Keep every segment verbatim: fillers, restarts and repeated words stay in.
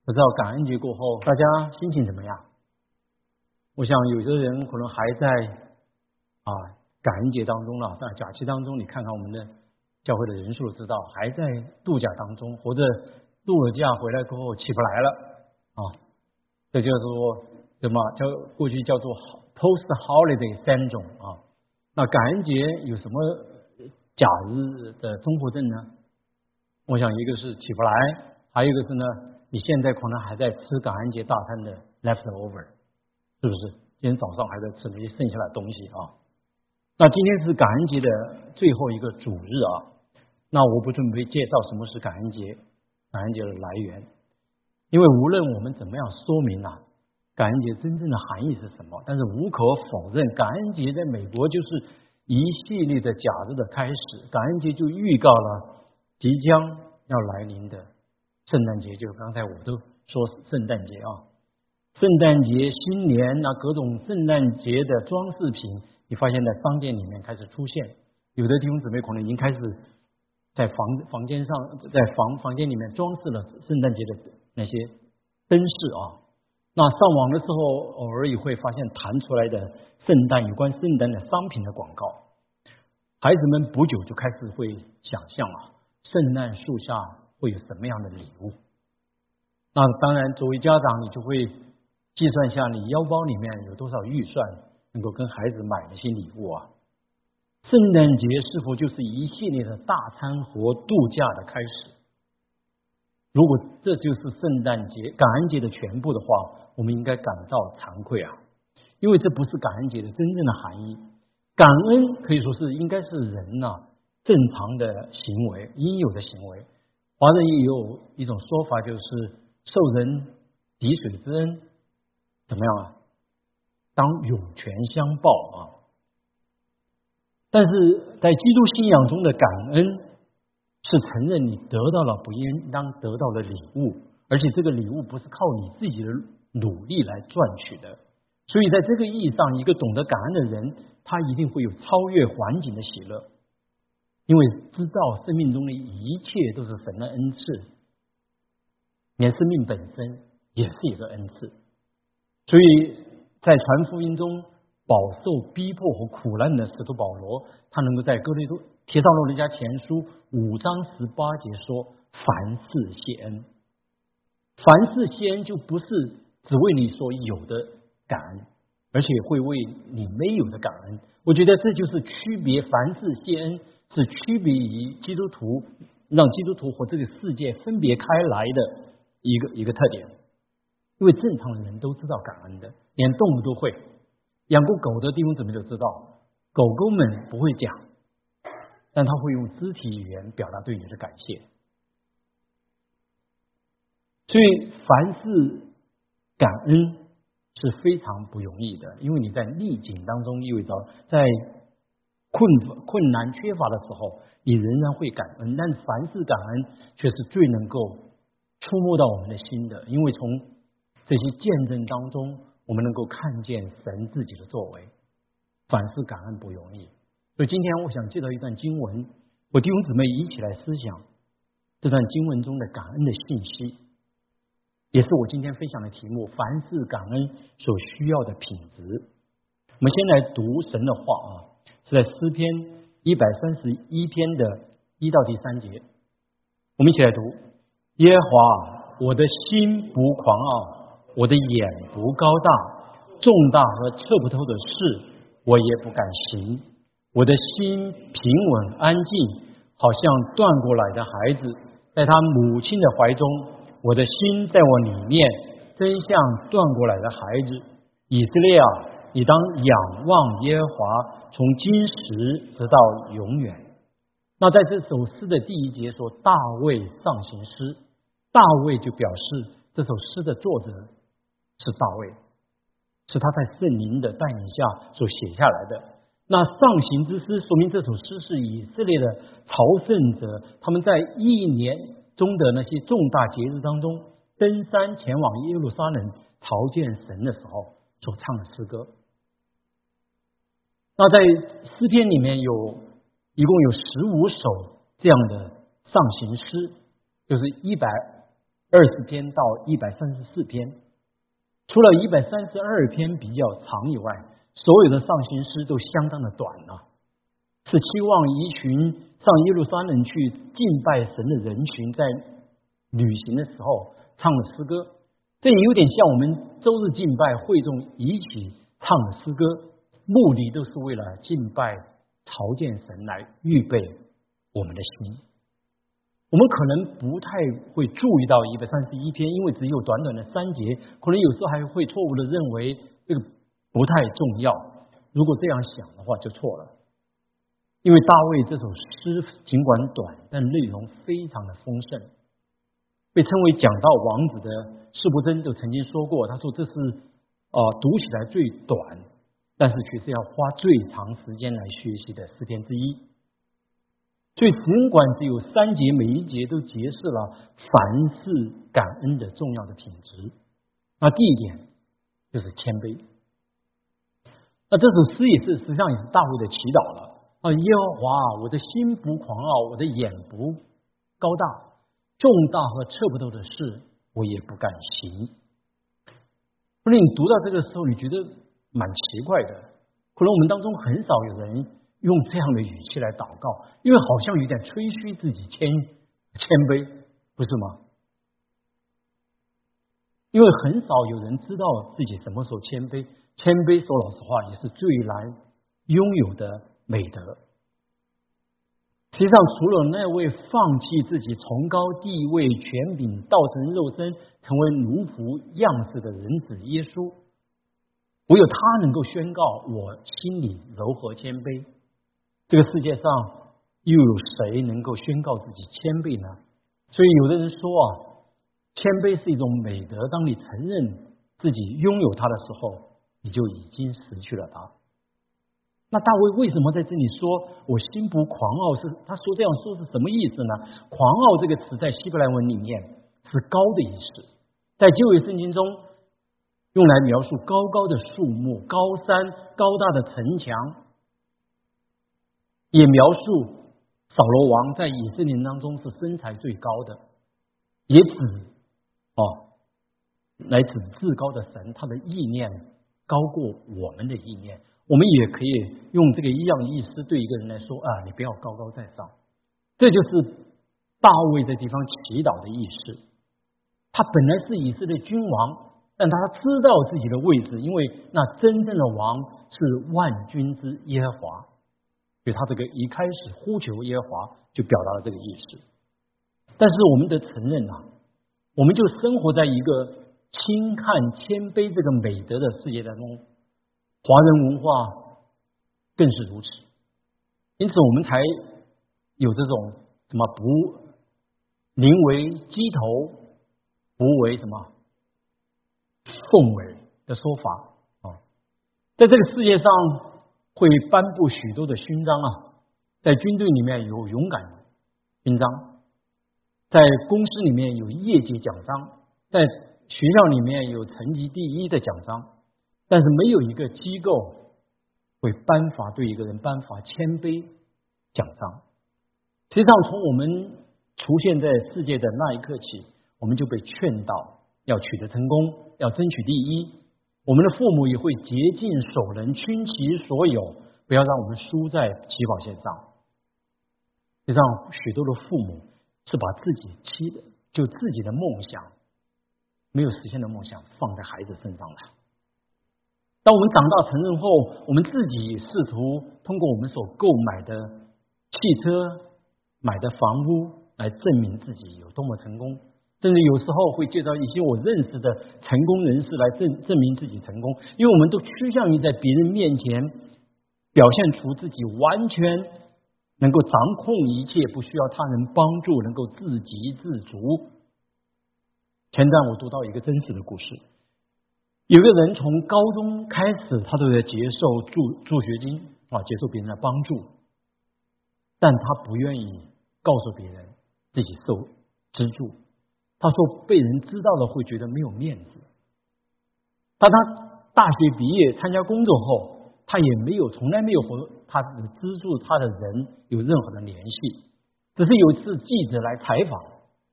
不知道感恩节过后大家心情怎么样？我想有些人可能还在啊感恩节当中了，在假期当中，你看看我们的教会的人数，知道还在度假当中，或者度了假回来过后起不来了啊，这叫做什么？叫过去叫做 post holiday syndrome 啊。那感恩节有什么假日的综合症呢？我想一个是起不来，还有一个是呢，你现在可能还在吃感恩节大餐的 leftover， 是不是？今天早上还在吃那些剩下的东西啊。那今天是感恩节的最后一个主日啊，那我不准备介绍什么是感恩节，感恩节的来源，因为无论我们怎么样说明啊，感恩节真正的含义是什么，但是无可否认，感恩节在美国就是一系列的假日的开始，感恩节就预告了即将要来临的圣诞节，就刚才我都说圣诞节啊，圣诞节、新年啊，各种圣诞节的装饰品，你发现在商店里面开始出现，有的弟兄姊妹可能已经开始在房房间上，在房房间里面装饰了圣诞节的那些灯饰啊。那上网的时候，偶尔也会发现弹出来的圣诞有关圣诞的商品的广告，孩子们不久就开始会想象啊，圣诞树下会有什么样的礼物。那当然，作为家长，你就会计算一下你腰包里面有多少预算，能够跟孩子买那些礼物啊。圣诞节是否就是一系列的大餐和度假的开始？如果这就是圣诞节、感恩节的全部的话，我们应该感到惭愧啊，因为这不是感恩节的真正的含义。感恩可以说是应该是人呐、啊、正常的行为，应有的行为。华人也有一种说法，就是受人滴水之恩，怎么样啊？当涌泉相报啊！但是在基督信仰中的感恩，是承认你得到了不应当得到的礼物，而且这个礼物不是靠你自己的努力来赚取的。所以在这个意义上，一个懂得感恩的人，他一定会有超越环境的喜乐，因为知道生命中的一切都是神的恩赐，连生命本身也是一个恩赐。所以在传福音中饱受逼迫和苦难的使徒保罗，他能够在哥林多帖撒罗尼迦前书五章十八节说，凡事谢恩。凡事谢恩就不是只为你所有的感恩，而且会为你没有的感恩。我觉得这就是区别，凡事谢恩是区别于基督徒，让基督徒和这个世界分别开来的一个一个特点。因为正常的人都知道感恩的，连动物都会。养过狗的弟兄姊妹都知道，狗狗们不会讲，但他会用肢体语言表达对你的感谢。所以凡事感恩是非常不容易的，因为你在逆境当中，意味着在困困难缺乏的时候，你仍然会感恩，但凡事感恩却是最能够触摸到我们的心的，因为从这些见证当中，我们能够看见神自己的作为。凡事感恩不容易，所以今天我想介绍一段经文，和弟兄姊妹一起来思想这段经文中的感恩的信息，也是我今天分享的题目，凡事感恩所需要的品质。我们先来读神的话啊，是在诗篇一百三十一篇的一到第三节，我们一起来读。耶和华，我的心不狂傲，我的眼不高大，重大和测不透的事我也不敢行。我的心平稳安静，好像断过来的孩子在他母亲的怀中。我的心在我里面，真像断过来的孩子。以色列啊，你当仰望耶和华，从今时直到永远。那在这首诗的第一节说大卫上行诗，大卫就表示这首诗的作者是大卫，是他在圣灵的带领下所写下来的。那上行之诗说明这首诗是以色列的朝圣者，他们在一年中的那些重大节日当中登山前往耶路撒冷朝见神的时候所唱的诗歌。那在诗篇里面有一共有十五首这样的上行诗，就是一百二十篇到一百三十四篇，除了一百三十二篇比较长以外，所有的上行诗都相当的短啊，是期望一群上耶路撒冷去敬拜神的人群在旅行的时候唱的诗歌。这也有点像我们周日敬拜会众一起唱的诗歌，目的都是为了敬拜朝见神，来预备我们的心。我们可能不太会注意到一百三十一篇，因为只有短短的三节，可能有时候还会错误的认为这个不太重要。如果这样想的话就错了，因为大卫这首诗尽管短，但内容非常的丰盛。被称为讲道王子的士伯珍就曾经说过，他说这是呃读起来最短，但是却是要花最长时间来学习的诗篇之一。所以尽管只有三节，每一节都揭示了凡事感恩的重要的品质。那第一点就是谦卑。那这首诗也是实际上也是大卫的祈祷了啊，耶和华，我的心不狂傲，我的眼不高大，重大和测不透的事我也不敢行。或者你读到这个时候你觉得蛮奇怪的，可能我们当中很少有人用这样的语气来祷告，因为好像有点吹嘘自己谦谦卑，不是吗？因为很少有人知道自己什么时候谦卑，谦卑说老实话也是最难拥有的美德。实际上除了那位放弃自己崇高地位权柄，道成肉身成为奴仆样式的人子耶稣，唯有他能够宣告我心里柔和谦卑。这个世界上又有谁能够宣告自己谦卑呢？所以有的人说啊，谦卑是一种美德，当你承认自己拥有它的时候，你就已经失去了它。那大卫为什么在这里说我心不狂傲？是他说这样说是什么意思呢？狂傲这个词在希伯来文里面是高的意思，在旧约圣经中用来描述高高的树木、高山、高大的城墙，也描述扫罗王在以色列人当中是身材最高的，也指哦，来指至高的神，他的意念高过我们的意念。我们也可以用这个一样的意思对一个人来说啊，你不要高高在上。这就是大卫这地方祈祷的意思。他本来是以色列君王，但他知道自己的位置，因为那真正的王是万军之耶和华，所以他这个一开始呼求耶和华就表达了这个意思。但是我们得承认啊，我们就生活在一个轻看谦卑这个美德的世界当中，华人文化更是如此。因此我们才有这种什么不宁为鸡头，不为什么凤尾的说法啊。在这个世界上会颁布许多的勋章啊，在军队里面有勇敢勋章，在公司里面有业绩奖章，在学校里面有成绩第一的奖章，但是没有一个机构会颁发对一个人颁发谦卑奖章。实际上从我们出现在世界的那一刻起，我们就被劝导要取得成功，要争取第一。我们的父母也会竭尽所能，倾其所有，不要让我们输在起跑线上。实际上许多的父母是把自己期的就自己的梦想没有实现的梦想放在孩子身上了。当我们长大成人后，我们自己试图通过我们所购买的汽车、买的房屋来证明自己有多么成功，甚至有时候会介绍一些我认识的成功人士来证证明自己成功，因为我们都趋向于在别人面前表现出自己完全能够掌控一切，不需要他人帮助，能够自给自足。前段我读到一个真实的故事，有个人从高中开始，他都在接受助助学金啊，接受别人的帮助，但他不愿意告诉别人自己受资助。他说被人知道了会觉得没有面子。当他大学毕业参加工作后，他也没有从来没有和他的资助他的人有任何的联系。只是有一次记者来采访，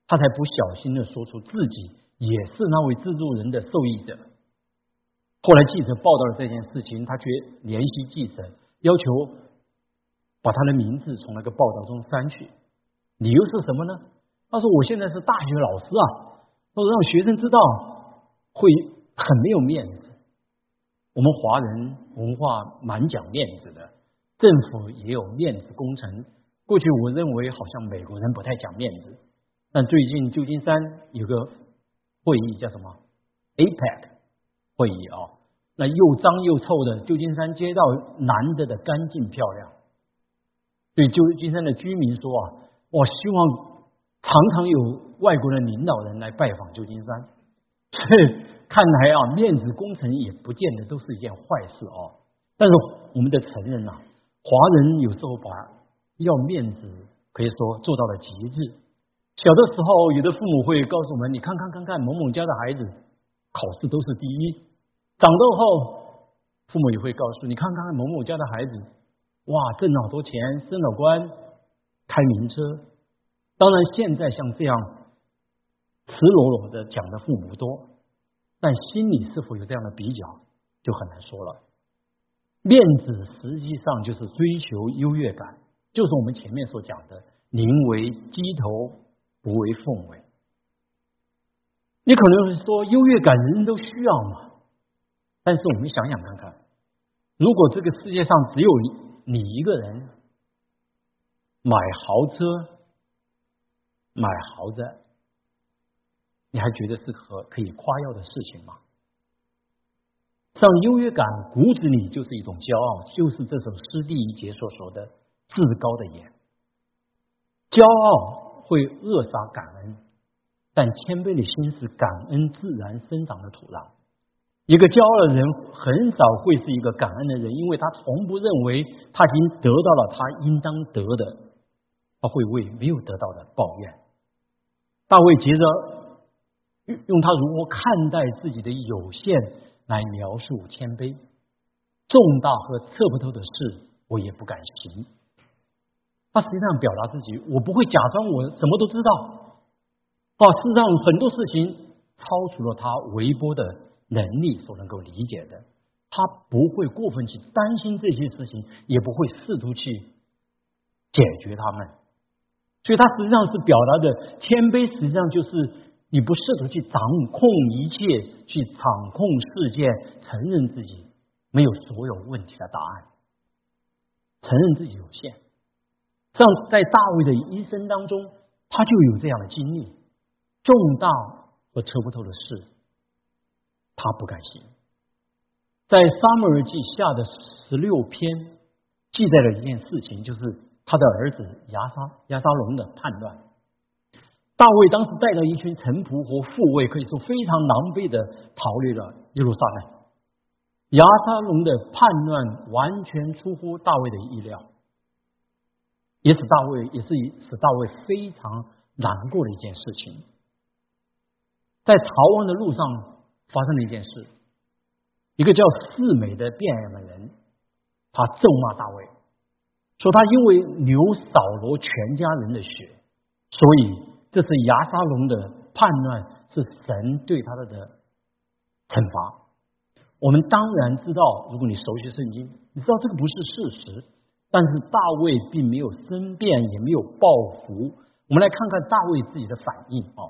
他才不小心的说出自己也是那位蜘蛛人的受益者。后来记者报道了这件事情，他却联系记者，要求把他的名字从那个报道中删去。理由是什么呢？他说我现在是大学老师啊，他说让学生知道会很没有面子。我们华人文化蛮讲面子的，政府也有面子工程。过去我认为好像美国人不太讲面子，但最近旧金山有个会议叫什么 A P E C 会议啊，那又脏又臭的旧金山街道难得的干净漂亮。对旧金山的居民说啊，我希望常常有外国的领导人来拜访旧金山。所以看来啊，面子工程也不见得都是一件坏事哦。但是我们得承认啊，华人有时候把要面子可以说做到了极致。小的时候，有的父母会告诉我们，你看看看看某某家的孩子考试都是第一。长大后，父母也会告诉你看看某某家的孩子，哇，挣了好多钱，升了官，开名车。当然现在像这样赤裸裸的讲的父母不多，但心里是否有这样的比较就很难说了。面子实际上就是追求优越感，就是我们前面所讲的宁为鸡头不为凤尾。你可能会说优越感人人都需要嘛，但是我们想想看看，如果这个世界上只有你一个人买豪车买豪宅，你还觉得是可可以夸耀的事情吗？像优越感骨子里就是一种骄傲，就是这首诗第一节所说的至高的眼。骄傲会扼杀感恩，但谦卑的心是感恩自然生长的土壤。一个骄傲的人很少会是一个感恩的人，因为他从不认为他已经得到了他应当得的，他会为没有得到的抱怨。大卫接着用他如何看待自己的有限来描述谦卑。重大和测不透的事我也不敢行。他实际上表达自己，我不会假装我什么都知道啊，事实上很多事情超出了他微薄的能力所能够理解的。他不会过分去担心这些事情，也不会试图去解决他们。所以他实际上是表达的谦卑，实际上就是你不试图去掌控一切，去掌控世界，承认自己没有所有问题的答案，承认自己有限。像在大卫的一生当中，他就有这样的经历，重大和测不透的事他不敢行。在撒母耳记下的十六篇记载了一件事情，就是他的儿子亚撒亚撒龙的叛乱。大卫当时带着一群臣仆和护卫，可以说非常狼狈的逃离了耶路撒冷。亚撒龙的叛乱完全出乎大卫的意料，也使大卫也是使大卫非常难过的一件事情。在逃亡的路上发生了一件事，一个叫示每的便雅悯人，他咒骂大卫，说他因为流扫罗全家人的血，所以这是亚撒龙的叛乱，是神对他的惩罚。我们当然知道，如果你熟悉圣经，你知道这个不是事实，但是大卫并没有申辩，也没有报复。我们来看看大卫自己的反应啊。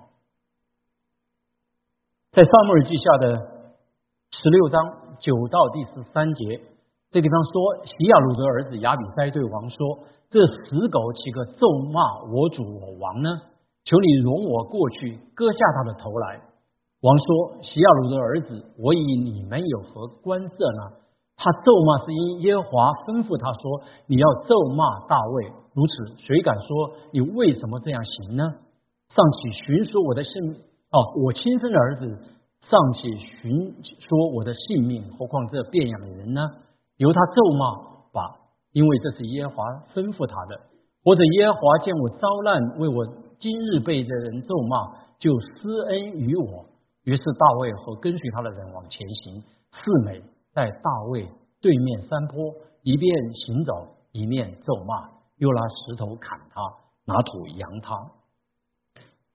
在撒母耳记下的十六章九到第十三节，这地方说，西亚鲁的儿子亚比筛对王说，这死狗岂可咒骂我主我王呢？求你容我过去，割下他的头来。王说，西亚鲁的儿子，我与你们有何关涉呢？他咒骂是因耶和华吩咐他说，你要咒骂大卫，如此谁敢说你为什么这样行呢？尚且寻说我的性哦，我亲生的儿子尚且寻说我的性命，何况这便雅悯人呢？由他咒骂吧，因为这是耶和华吩咐他的。或者耶和华见我遭难，为我今日被这人咒骂，就施恩于我。于是大卫和跟随他的人往前行，示每在大卫对面山坡，一边行走，一面咒骂，又拿石头砍他，拿土扬他。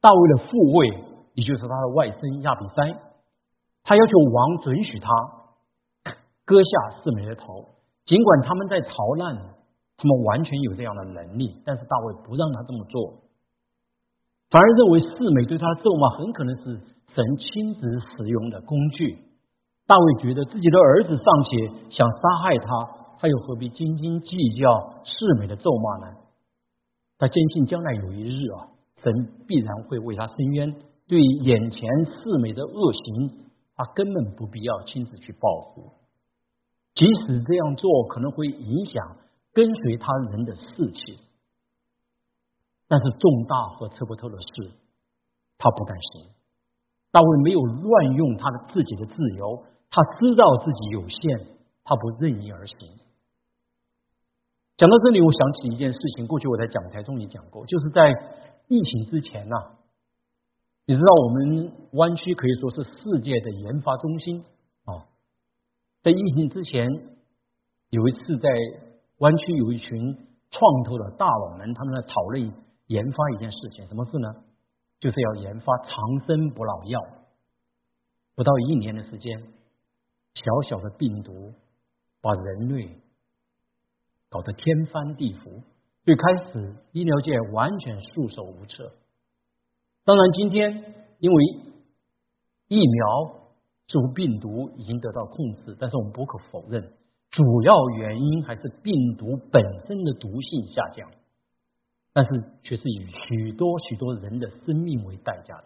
大卫的父卫，也就是他的外甥亚比筛，他要求王准许他割下四美的头，尽管他们在逃难，他们完全有这样的能力，但是大卫不让他这么做，反而认为四美对他的咒骂很可能是神亲自使用的工具。大卫觉得自己的儿子尚且想杀害他，他又何必斤斤计较四美的咒骂呢？他坚信将来有一日啊，神必然会为他伸冤，对眼前四美的恶行，他根本不必要亲自去报复。即使这样做可能会影响跟随他人的士气，但是重大和测不透的事，他不担心。大卫没有乱用他的自己的自由，他知道自己有限，他不任意而行。讲到这里，我想起一件事情，过去我在讲台中也讲过，就是在疫情之前呢、啊，你知道我们湾区可以说是世界的研发中心啊。在疫情之前，有一次在湾区有一群创投的大佬们，他们在讨论研发一件事情，什么事呢？就是要研发长生不老药。不到一年的时间，小小的病毒把人类搞得天翻地覆，最开始医疗界完全束手无策。当然今天因为疫苗似乎病毒已经得到控制，但是我们不可否认，主要原因还是病毒本身的毒性下降，但是却是以许多许多人的生命为代价的。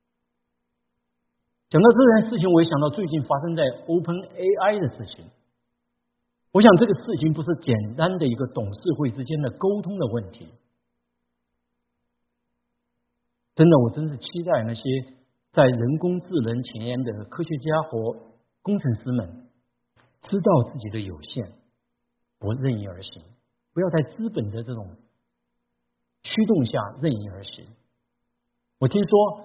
讲到这件事情，我也想到最近发生在 OpenAI 的事情。我想这个事情不是简单的一个董事会之间的沟通的问题。真的，我真是期待那些在人工智能前沿的科学家和工程师们知道自己的有限，不任意而行，不要在资本的这种驱动下任意而行。我听说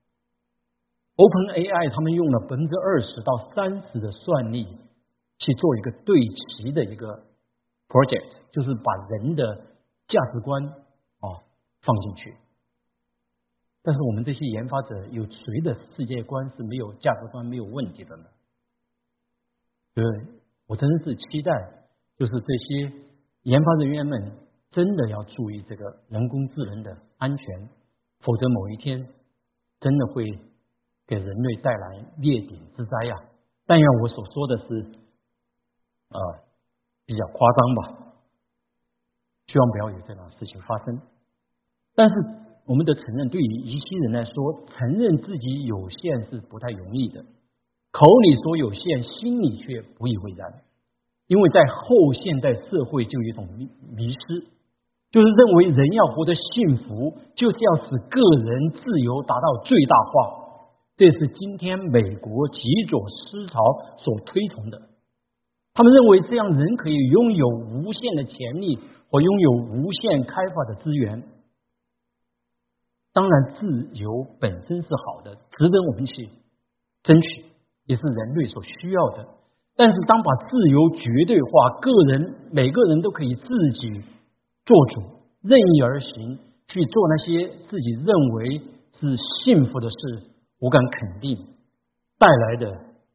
OpenAI 他们用了百分之二十到三十的算力去做一个对齐的一个 project， 就是把人的价值观啊放进去。但是我们这些研发者有谁的世界观是没有价值观没有问题的呢？对，我真是期待，就是这些研发人员们真的要注意这个人工智能的安全，否则某一天真的会给人类带来灭顶之灾呀、啊！但愿我所说的是呃比较夸张吧，希望不要有这样的事情发生。但是我们得承认，对于一些人来说，承认自己有限是不太容易的。口里说有限，心里却不以为然。因为在后现代社会就有一种迷失，就是认为人要活得幸福，就是要使个人自由达到最大化。这是今天美国极左思潮所推崇的。他们认为这样人可以拥有无限的潜力和拥有无限开发的资源。当然自由本身是好的，值得我们去争取，也是人类所需要的。但是当把自由绝对化，个人每个人都可以自己做主，任意而行，去做那些自己认为是幸福的事，我敢肯定带来的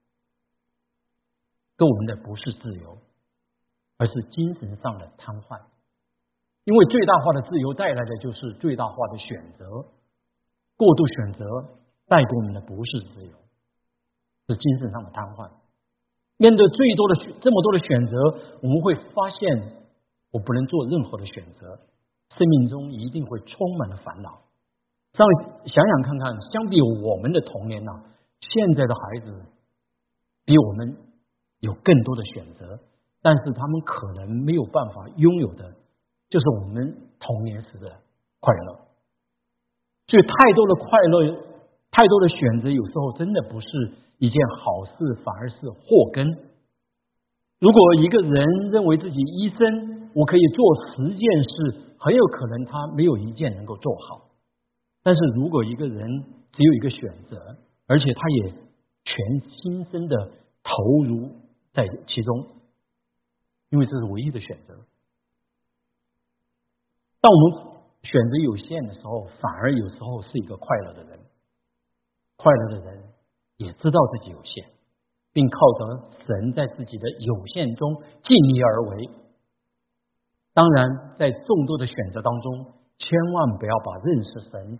给我们的不是自由，而是精神上的瘫痪。因为最大化的自由带来的就是最大化的选择，过度选择带给我们的不是自由，是精神上的瘫痪。面对最多的这么多的选择，我们会发现我不能做任何的选择，生命中一定会充满了烦恼。上想想看看，相比我们的童年呢、啊，现在的孩子比我们有更多的选择，但是他们可能没有办法拥有的就是我们童年时的快乐。所以太多的快乐，太多的选择，有时候真的不是一件好事，反而是祸根。如果一个人认为自己一生我可以做十件事，很有可能他没有一件能够做好。但是如果一个人只有一个选择，而且他也全心身的投入在其中，因为这是唯一的选择。当我们选择有限的时候，反而有时候是一个快乐的人。快乐的人也知道自己有限，并靠着神在自己的有限中尽力而为。当然，在众多的选择当中，千万不要把认识神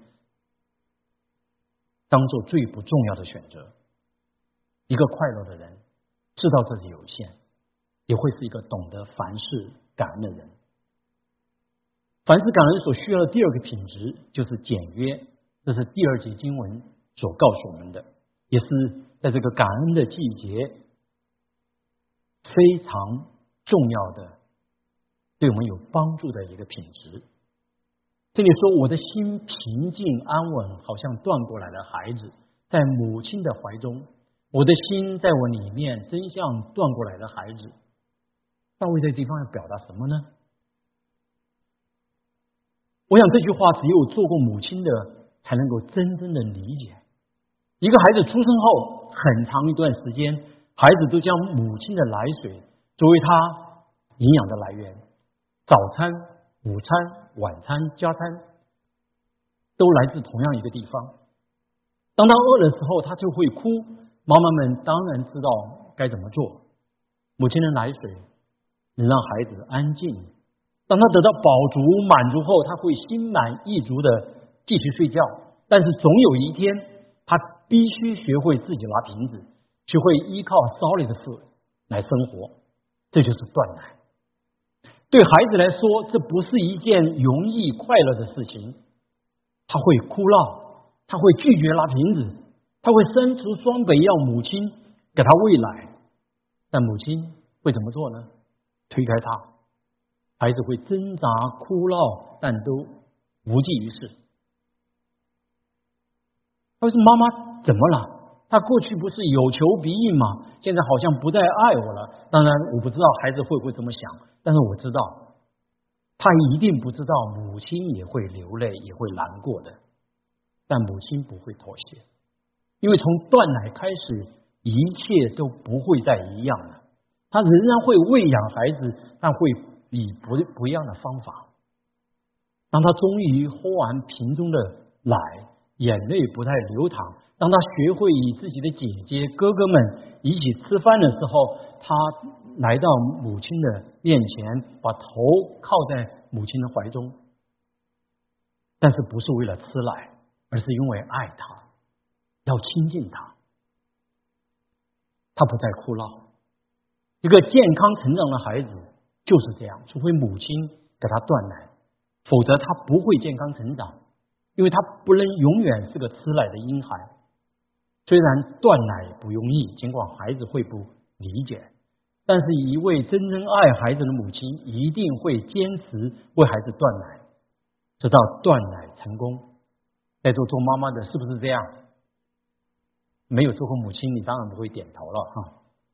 当作最不重要的选择。一个快乐的人知道自己有限，也会是一个懂得凡事感恩的人。凡事感恩所需要的第二个品质就是简约，这是第二节经文所告诉我们的，也是在这个感恩的季节非常重要的，对我们有帮助的一个品质。这里说，我的心平静安稳，好像断过来的孩子在母亲的怀中，我的心在我里面，真像断过来的孩子。大卫这地方要表达什么呢？我想这句话只有做过母亲的才能够真正的理解。一个孩子出生后很长一段时间，孩子都将母亲的奶水作为他营养的来源，早餐、午餐、晚餐、加餐都来自同样一个地方。当他饿的时候，他就会哭，妈妈们当然知道该怎么做。母亲的奶水能让孩子安静，当他得到饱足满足后，他会心满意足的继续睡觉。但是总有一天，他必须学会自己拿瓶子，学会依靠烧里的水来生活，这就是断奶。对孩子来说，这不是一件容易快乐的事情。他会哭闹，他会拒绝拿瓶子，他会伸出双臂要母亲给他喂奶，但母亲会怎么做呢？推开他，孩子会挣扎哭闹，但都无济于事。他说：“妈妈怎么了？他过去不是有求必应吗？现在好像不再爱我了。”当然，我不知道孩子会不会这么想，但是我知道，他一定不知道母亲也会流泪，也会难过的。但母亲不会妥协，因为从断奶开始，一切都不会再一样了。他仍然会喂养孩子，但会以不不一样的方法。当他终于喝完瓶中的奶，眼泪不再流淌，当他学会与自己的姐姐哥哥们一起吃饭的时候，他来到母亲的面前，把头靠在母亲的怀中，但是不是为了吃奶，而是因为爱她，要亲近她。他不再哭闹。一个健康成长的孩子就是这样，除非母亲给他断奶，否则他不会健康成长，因为他不能永远是个吃奶的婴孩。虽然断奶不容易，尽管孩子会不理解，但是一位真正爱孩子的母亲一定会坚持为孩子断奶，直到断奶成功。在座做妈妈的是不是这样？没有做过母亲，你当然不会点头了哈。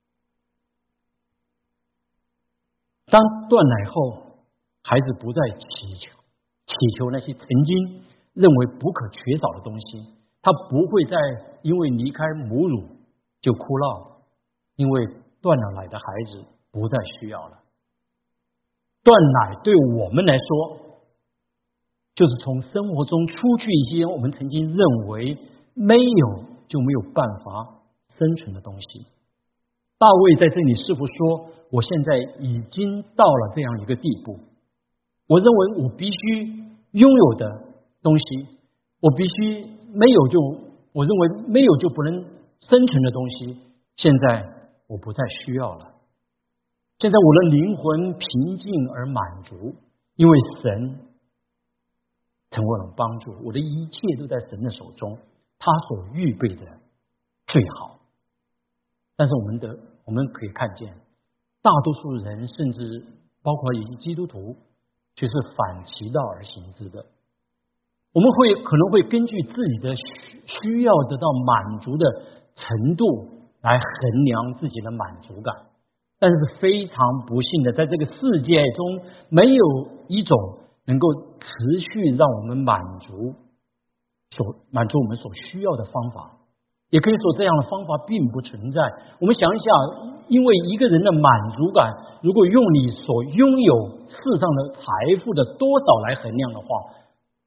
当断奶后，孩子不再祈求祈求那些曾经认为不可缺少的东西，他不会再因为离开母乳就哭闹，因为断了奶的孩子不再需要了。断奶对我们来说，就是从生活中出去一些我们曾经认为没有就没有办法生存的东西。大卫在这里似乎说，我现在已经到了这样一个地步，我认为我必须拥有的东西，我必须没有就我认为没有就不能生存的东西，现在我不再需要了。现在我的灵魂平静而满足，因为神成为了帮助，我的一切都在神的手中，他所预备的最好。但是我们的我们可以看见，大多数人甚至包括一些基督徒，却是反其道而行之的。我们会可能会根据自己的需要得到满足的程度来衡量自己的满足感，但是非常不幸的，在这个世界中没有一种能够持续让我们满足所满足我们所需要的方法。也可以说，这样的方法并不存在。我们想一想，因为一个人的满足感，如果用你所拥有世上的财富的多少来衡量的话，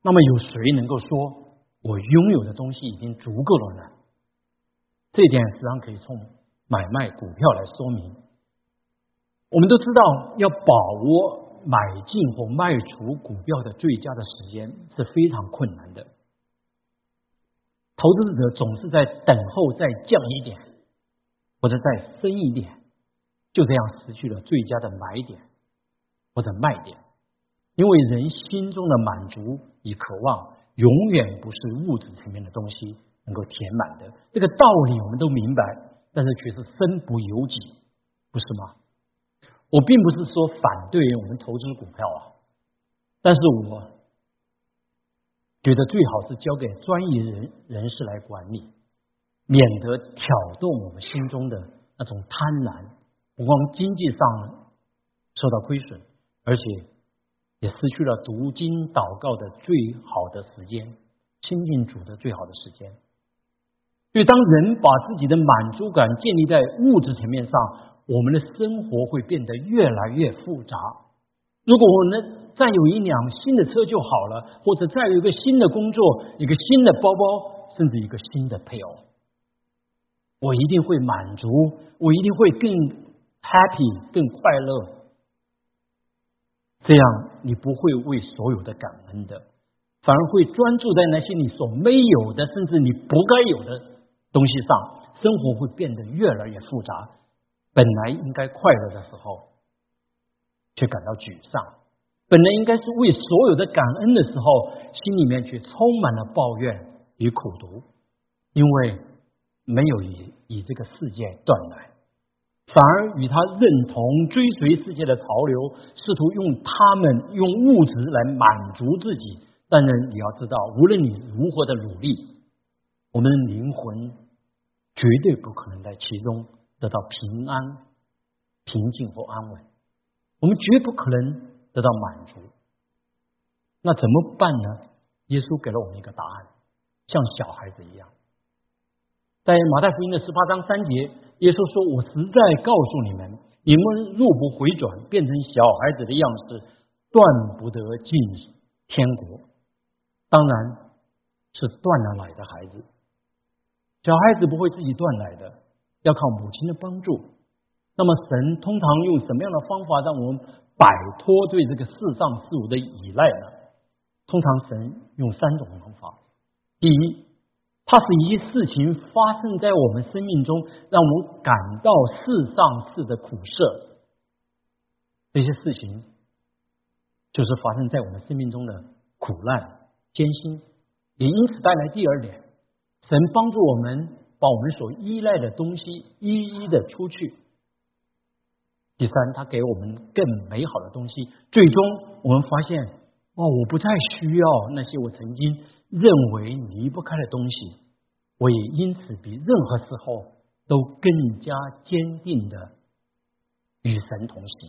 那么有谁能够说我拥有的东西已经足够了呢？这一点实际上可以从买卖股票来说明。我们都知道，要把握买进或卖出股票的最佳的时间是非常困难的。投资者总是在等候再降一点，或者再升一点，就这样失去了最佳的买点或者卖点。因为人心中的满足与渴望永远不是物质层面的东西能够填满的。这个道理我们都明白，但是却是身不由己，不是吗？我并不是说反对我们投资股票啊，但是我觉得最好是交给专业人人士来管理，免得挑动我们心中的那种贪婪，不光经济上受到亏损，而且也失去了读经祷告的最好的时间，亲近主的最好的时间。所以当人把自己的满足感建立在物质层面上，我们的生活会变得越来越复杂。如果我能再有一辆新的车就好了，或者再有一个新的工作，一个新的包包，甚至一个新的配偶，我一定会满足，我一定会更 happy 更快乐。这样你不会为所有的感恩的，反而会专注在那些你所没有的，甚至你不该有的东西上，生活会变得越来越复杂。本来应该快乐的时候，却感到沮丧；本来应该是为所有的感恩的时候，心里面却充满了抱怨与苦毒，因为没有与与这个世界断来，反而与他认同追随世界的潮流，试图用他们用物质来满足自己。但是你要知道，无论你如何的努力，我们的灵魂绝对不可能在其中得到平安、平静或安稳，我们绝不可能得到满足。那怎么办呢？耶稣给了我们一个答案，像小孩子一样。在马太福音的十八章三节，耶稣说：“我实在告诉你们，你们若不回转，变成小孩子的样式，断不得进天国。”当然是断了奶的孩子，小孩子不会自己断奶的，要靠母亲的帮助。那么神通常用什么样的方法让我们摆脱对这个世上事物的依赖呢？通常神用三种方法。第一，它是一些事情发生在我们生命中，让我们感到世上事的苦涩，这些事情就是发生在我们生命中的苦难艰辛，也因此带来第二点，神帮助我们把我们所依赖的东西一一的出去。第三，他给我们更美好的东西，最终我们发现，哦，我不再需要那些我曾经认为离不开的东西，我也因此比任何时候都更加坚定的与神同行。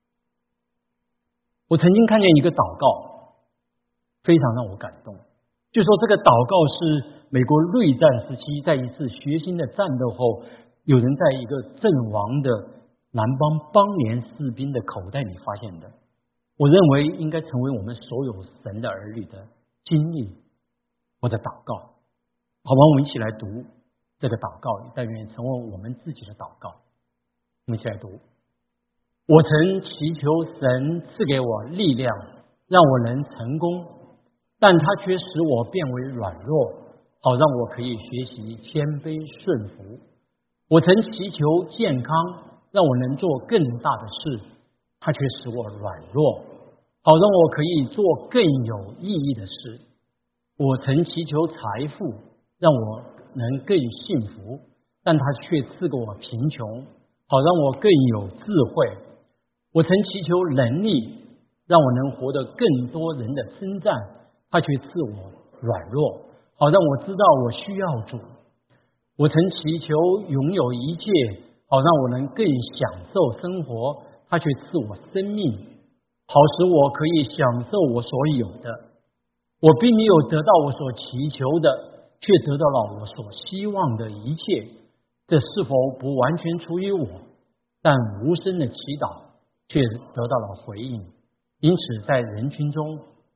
我曾经看见一个祷告，非常让我感动。就说这个祷告是美国内战时期，在一次血腥的战斗后，有人在一个阵亡的南邦邦联士兵的口袋里发现的。我认为应该成为我们所有神的儿女的经历或者祷告。好吧，我们一起来读这个祷告，但愿成为我们自己的祷告。我们一起来读。我曾祈求神赐给我力量，让我能成功，但他却使我变为软弱，好让我可以学习谦卑顺服。我曾祈求健康，让我能做更大的事，他却使我软弱，好让我可以做更有意义的事。我曾祈求财富，让我能更幸福，但他却赐给我贫穷，好让我更有智慧。我曾祈求能力，让我能获得更多人的称赞，他却赐我软弱，好让我知道我需要主。我曾祈求拥有一切，好让我能更享受生活，他却赐我生命，好使我可以享受我所有的。我并没有得到我所祈求的，却得到了我所希望的一切。这是否不完全出于我？但无声的祈祷却得到了回应。因此在人群中，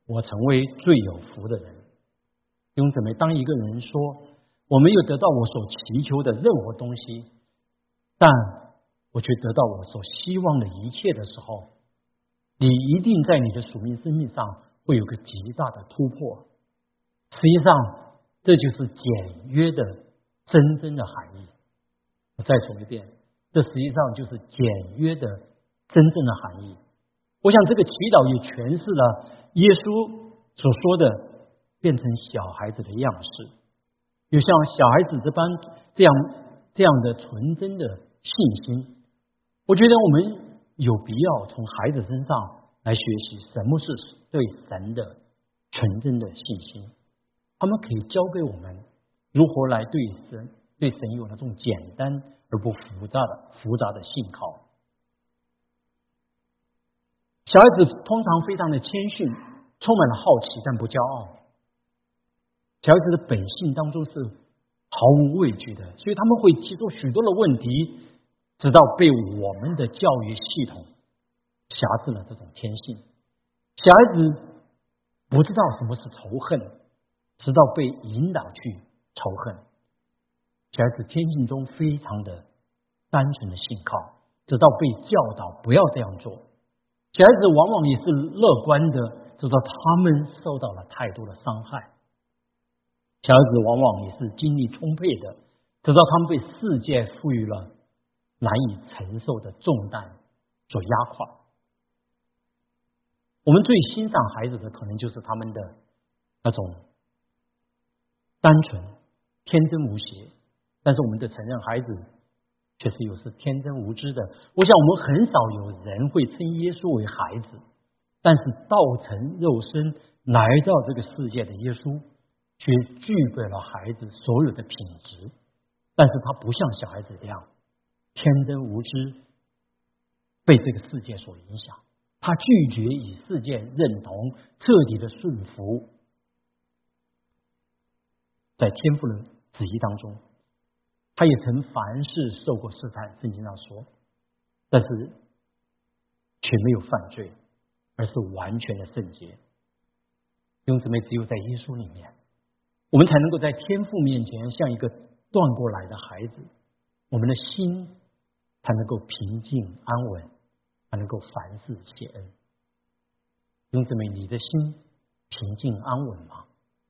我成为最有福的人。弟兄姊妹，当一个人说我没有得到我所祈求的任何东西，但我却得到我所希望的一切的时候，你一定在你的属命生命上会有个极大的突破。实际上，这就是简约的真正的含义。我再说一遍，这实际上就是简约的真正的含义。我想这个祈祷也诠释了耶稣所说的变成小孩子的样式，有像小孩子这般这样这样的纯真的信心。我觉得我们有必要从孩子身上来学习什么是对神的纯真的信心，他们可以教给我们如何来对神对神有那种简单而不复杂的复杂的信靠。小孩子通常非常的谦逊，充满了好奇但不骄傲。小孩子的本性当中是毫无畏惧的，所以他们会提出许多的问题，直到被我们的教育系统辖制了这种天性。小孩子不知道什么是仇恨，直到被引导去仇恨。小孩子天性中非常的单纯的信靠，直到被教导不要这样做。小孩子往往也是乐观的，直到他们受到了太多的伤害。小孩子往往也是精力充沛的，直到他们被世界赋予了难以承受的重担所压垮。我们最欣赏孩子的可能就是他们的那种单纯、天真无邪，但是我们得承认孩子确实有时天真无知的。我想我们很少有人会称耶稣为孩子，但是道成肉身来到这个世界的耶稣却具备了孩子所有的品质，但是他不像小孩子一样天真无知，被这个世界所影响。他拒绝与世界认同，彻底的顺服在天父的旨意当中。他也曾凡事受过试探，圣经上说，但是却没有犯罪，而是完全的圣洁。弟兄姊妹，只有在耶稣里面，我们才能够在天父面前像一个断过来的孩子，我们的心才能够平静安稳，才能够凡事谢恩。弟兄姊妹，你的心平静安稳吗？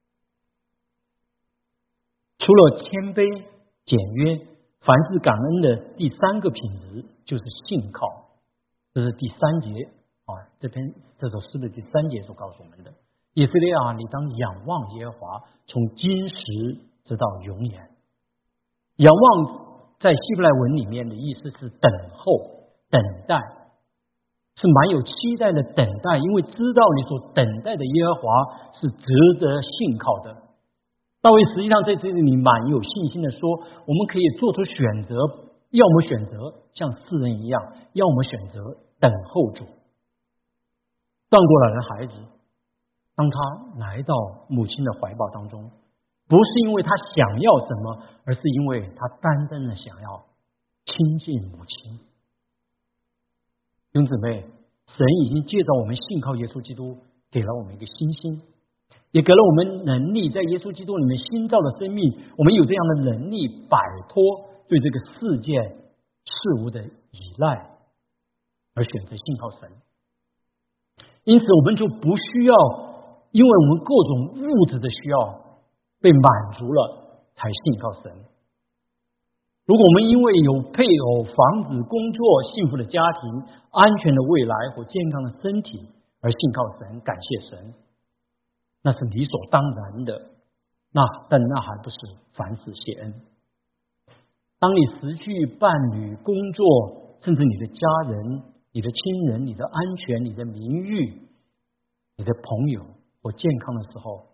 除了谦卑简约，凡事感恩的第三个品质就是信靠。这是第三节啊，这篇这首诗的第三节所告诉我们的。以色列啊，你当仰望耶和华，从今时直到永远。仰望在希伯来文里面的意思是等候、等待，是蛮有期待的等待，因为知道你所等待的耶和华是值得信靠的。大卫实际上在这里蛮有信心的说，我们可以做出选择，要么选择像世人一样，要么选择等候主。断过来的孩子，当他来到母亲的怀抱当中，不是因为他想要什么，而是因为他单单的想要亲近母亲。弟兄姊妹，神已经借着我们信靠耶稣基督，给了我们一个新心，也给了我们能力，在耶稣基督里面新造的生命，我们有这样的能力摆脱对这个世界事物的依赖，而选择信靠神。因此我们就不需要因为我们各种物质的需要被满足了才信靠神。如果我们因为有配偶、房子、工作、幸福的家庭、安全的未来或健康的身体而信靠神、感谢神，那是理所当然的，那但那还不是凡事谢恩。当你失去伴侣、工作，甚至你的家人、你的亲人、你的安全、你的名誉、你的朋友或健康的时候，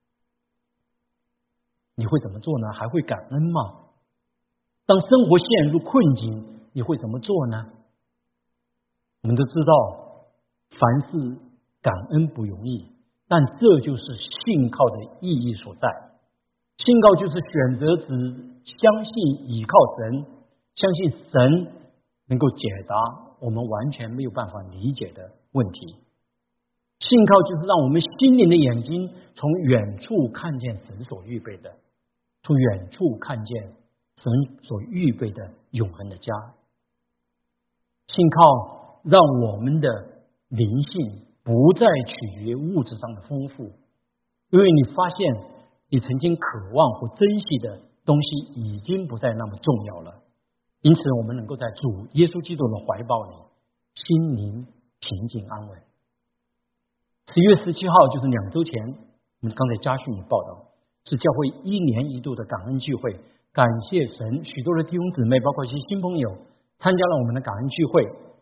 你会怎么做呢？还会感恩吗？当生活陷入困境，你会怎么做呢？我们都知道，凡事感恩不容易，但这就是信靠的意义所在。信靠就是选择只相信倚靠神，相信神能够解答我们完全没有办法理解的问题。 信靠就是让我们心灵的眼睛从远处看见神所预备的，从远处看见神所预备的永恒的家。信靠让我们的灵性不再取决于物质上的丰富，因为你发现你曾经渴望或珍惜的东西已经不再那么重要了。因此我们能够在主耶稣基督的怀抱里心灵平静安稳。十月十七号就是两周前，我们刚才家训里报道，是教会一年一度的感恩聚会。感谢神，许多的弟兄姊妹包括一些新朋友参加了我们的感恩聚会。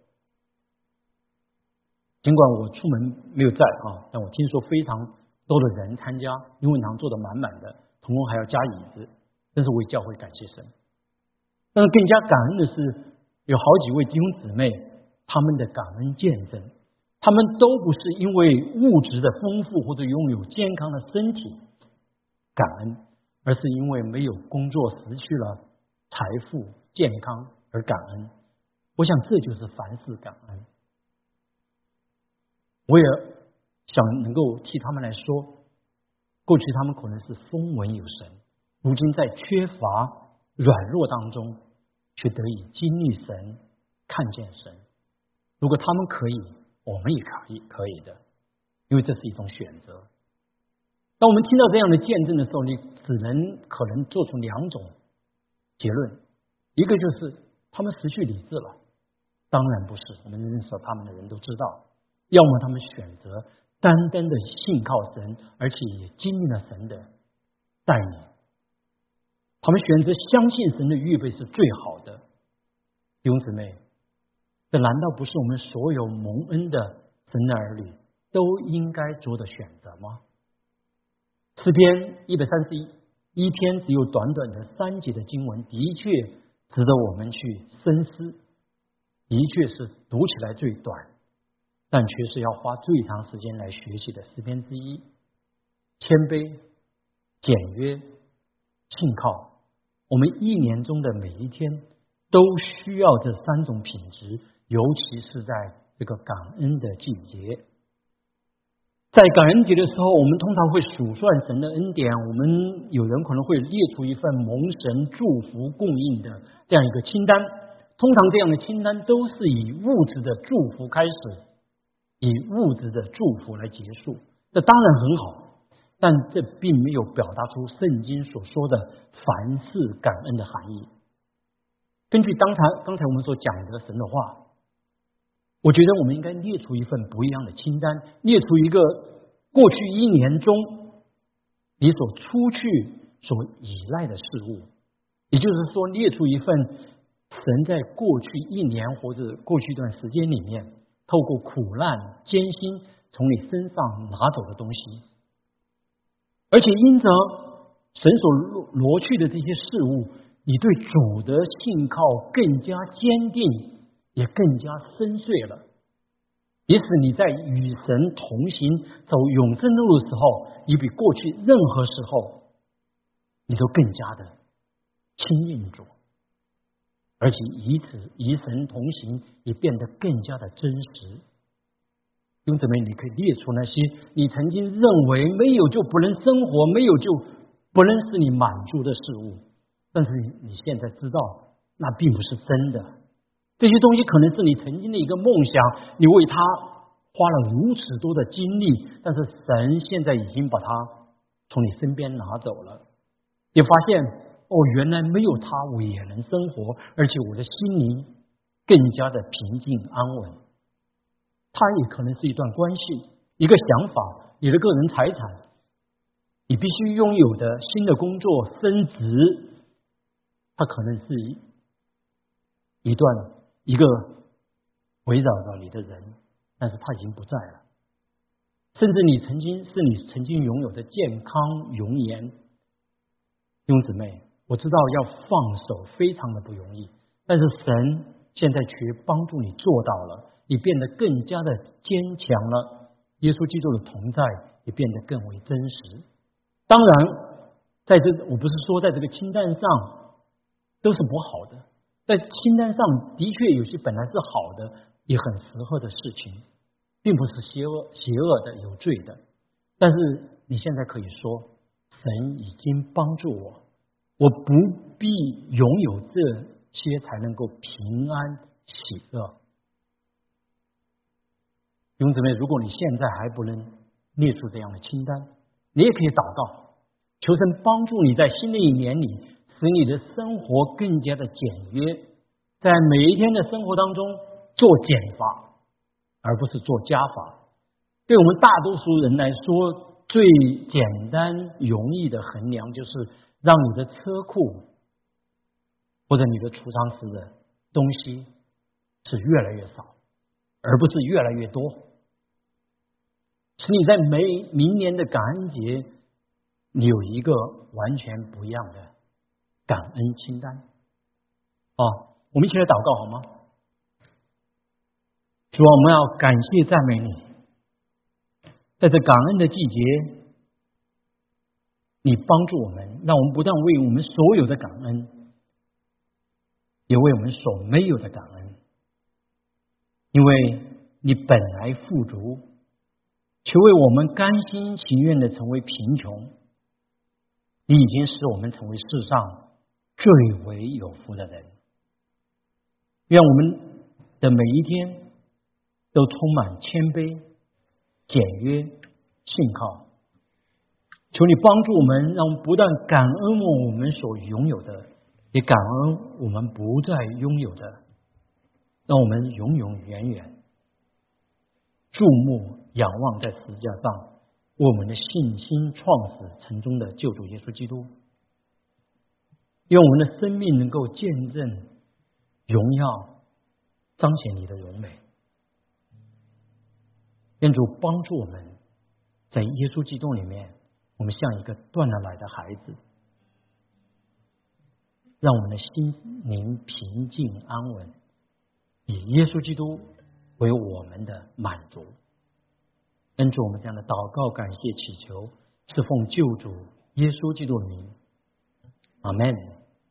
尽管我出门没有在啊，但我听说非常多的人参加，英文堂坐得满满的，同工还要加椅子，真是为教会感谢神。但是更加感恩的是，有好几位弟兄姊妹他们的感恩见证，他们都不是因为物质的丰富或者拥有健康的身体感恩，而是因为没有工作失去了财富健康而感恩。我想这就是凡事感恩。我也想能够替他们来说，过去他们可能是风闻有神，如今在缺乏软弱当中却得以经历神看见神。如果他们可以，我们也可以可以的，因为这是一种选择。当我们听到这样的见证的时候，你只能可能做出两种结论，一个就是他们失去理智了，当然不是，我们认识他们的人都知道，要么他们选择单单的信靠神，而且也经历了神的带领，他们选择相信神的预备是最好的。弟兄姊妹，这难道不是我们所有蒙恩的神的儿女都应该做的选择吗？诗篇一百三十一一篇只有短短的三节的经文，的确值得我们去深思，的确是读起来最短，但却是要花最长时间来学习的诗篇之一。谦卑、简约、信靠，我们一年中的每一天都需要这三种品质，尤其是在这个感恩的季节。在感恩节的时候，我们通常会数算神的恩典，我们有人可能会列出一份蒙神祝福供应的这样一个清单。通常这样的清单都是以物质的祝福开始，以物质的祝福来结束，这当然很好，但这并没有表达出圣经所说的凡事感恩的含义。根据刚才刚才我们所讲的神的话，我觉得我们应该列出一份不一样的清单，列出一个过去一年中你所出去所依赖的事物，也就是说列出一份神在过去一年或者过去一段时间里面透过苦难艰辛从你身上拿走的东西，而且因着神所挪去的这些事物，你对主的信靠更加坚定，也更加深邃了，也使你在与神同行走永生路的时候，你比过去任何时候你都更加的亲近主，而且以此与神同行也变得更加的真实。弟兄姊妹，你可以列出那些你曾经认为没有就不能生活，没有就不能使你满足的事物，但是你现在知道那并不是真的。这些东西可能是你曾经的一个梦想，你为它花了如此多的精力，但是神现在已经把它从你身边拿走了。也发现哦，原来没有它我也能生活，而且我的心灵更加的平静安稳。它也可能是一段关系，一个想法，你的个人财产，你必须拥有的新的工作升职，它可能是一段一个围绕着你的人，但是他已经不在了。甚至你曾经是你曾经拥有的健康容颜。弟兄姊妹，我知道要放手非常的不容易，但是神现在却帮助你做到了，你变得更加的坚强了，耶稣基督的同在也变得更为真实。当然在这我不是说在这个清单上都是不好的，在清单上的确有些本来是好的也很适合的事情， 并不是邪恶、邪恶的、有罪的。但是你现在可以说，神已经帮助我，我不必拥有这些才能够平安喜乐。弟兄姊妹，如果你现在还不能列出这样的清单，你也可以祷告，求神帮助你在新的一年里，使你的生活更加的简约，在每一天的生活当中做减法，而不是做加法。对我们大多数人来说，最简单容易的衡量就是让你的车库或者你的储藏室的东西是越来越少，而不是越来越多，使你在每明年的感恩节你有一个完全不一样的感恩清单。哦，我们一起来祷告好吗？主啊，我们要感谢赞美你，在这感恩的季节，你帮助我们，让我们不但为我们所有的感恩，也为我们所没有的感恩。因为你本来富足，却为我们甘心情愿的成为贫穷，你已经使我们成为世上最为有福的人。愿我们的每一天都充满谦卑、简约、信靠。求你帮助我们，让我们不但感恩我们所拥有的，也感恩我们不再拥有的，让我们永永远远注目仰望在十字架上为我们的信心创始成终的救主耶稣基督。愿我们的生命能够见证荣耀，彰显你的荣美。愿主帮助我们，在耶稣基督里面，我们像一个断了奶的孩子，让我们的心灵平静安稳，以耶稣基督为我们的满足。恩主我们这样的祷告感谢祈求，是奉救主耶稣基督的名，阿们。